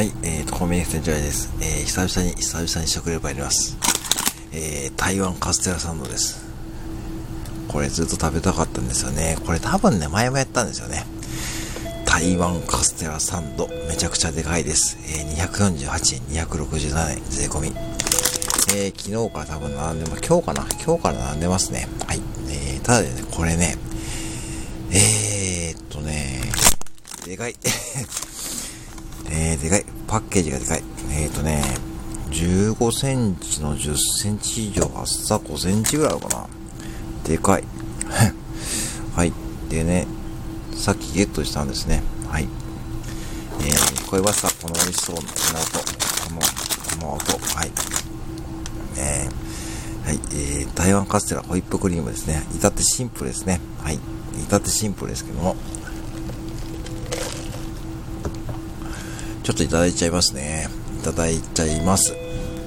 はい、コンビニエンス店長です。久々に食レポやります。台湾カステラサンドです。これずっと食べたかったんですよね。これ多分ね、前もやったんですよね。台湾カステラサンド、めちゃくちゃでかいです。248円、267円、税込み。昨日から多分並んでます。今日から並んでますね。はい。ただね、これね、でかい。でかい。パッケージがでかい。15センチの10センチ以上、厚さ5センチぐらいあるかな。でかい。はい。でね、さっきゲットしたんですね。はい。聞こえますか？この美味しそうな音。この音。はい。はい。台湾カステラホイップクリームですね。至ってシンプルですね。はい。至ってシンプルですけども。ちょっといただいちゃいますね。いただいちゃいます。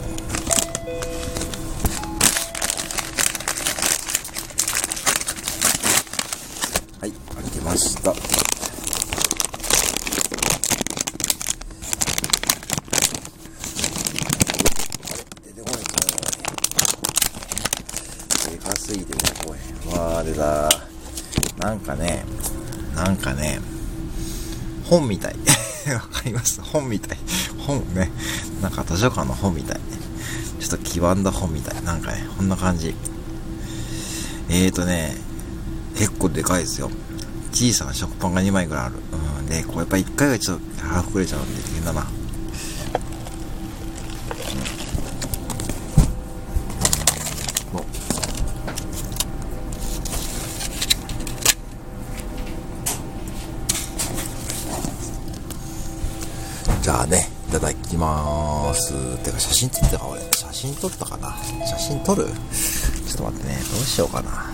はい、開けました。出てこないかな。でかすぎて出てこない。わー、出た。なんかね、本みたい。わかります？本みたい。本ね。なんか図書館の本みたい。ちょっと黄ばんだ本みたい。なんかね、こんな感じ。結構でかいですよ。小さな食パンが2枚ぐらいある。で、こうやっぱ1回がちょっと腹膨れちゃうんで大変だな。じゃあね、いただきまーす。てか写真撮ったか俺。写真撮ったかな？写真撮る？ちょっと待ってね。どうしようかな。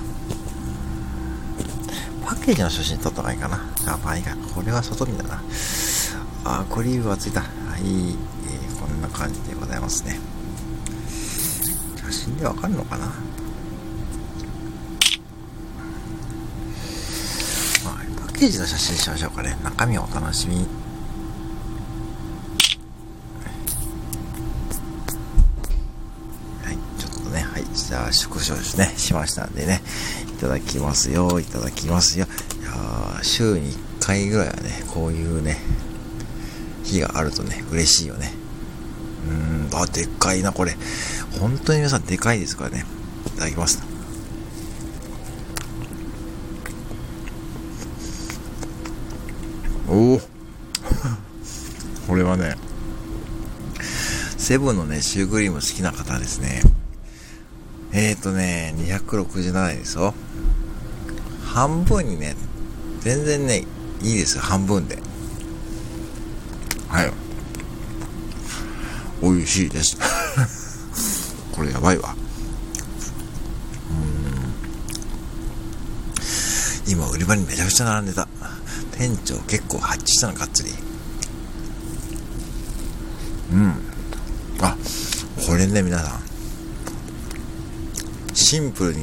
パッケージの写真撮った方がいいかな。まあいいか。これは外見だな。コリーブがついた。はい。こんな感じでございますね。写真でわかるのかな？パッケージの写真にしましょうかね。中身をお楽しみに。じゃあ、縮小ね、しましたんでね。いただきますよ。いただきますよ。いやー、週に1回ぐらいはね、こういうね、日があるとね、嬉しいよね。でっかいな、これ。本当に皆さんでかいですからね。いただきます。おおこれはね、セブンのね、シュークリーム好きな方ですね。267円ですよ。半分にね、全然ね、いいですよ、半分で。はい。美味しいです。これやばいわ。今売り場にめちゃくちゃ並んでた。店長結構発注したのがっつり。これね、皆さん。シンプル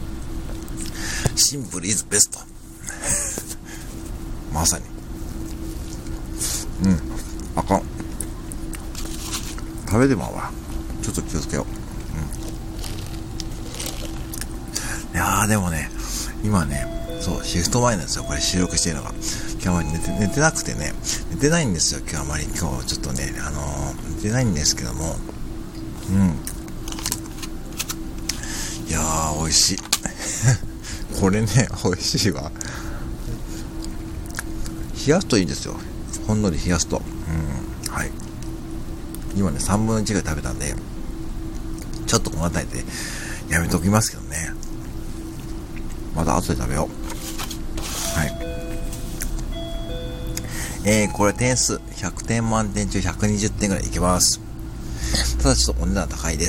イズベスト。まさに。あかん。食べてまうわ。ちょっと気をつけよう。いやーでもね、今ね、そう、シフト前なんですよ。これ収録してるのが。今日は寝てなくてね、寝てないんですよ。今日ちょっとね、寝てないんですけども、いやー、美味しい。これね、美味しいわ。冷やすといいですよ。ほんのり冷やすと。はい。今ね、3分の1ぐらい食べたんで、ちょっとこの辺りでやめときますけどね。また後で食べよう。はい。これ点数、100点満点中120点ぐらいいけます。ただちょっとお値段高いです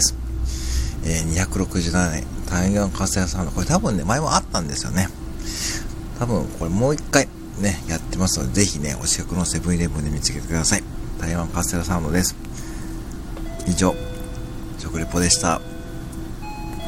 。267円。台湾カステラサンド。これ多分ね、前もあったんですよね。多分これもう一回ね、やってますので、ぜひね、お近くのセブンイレブンで見つけてください。台湾カステラサンドです。以上、食レポでした。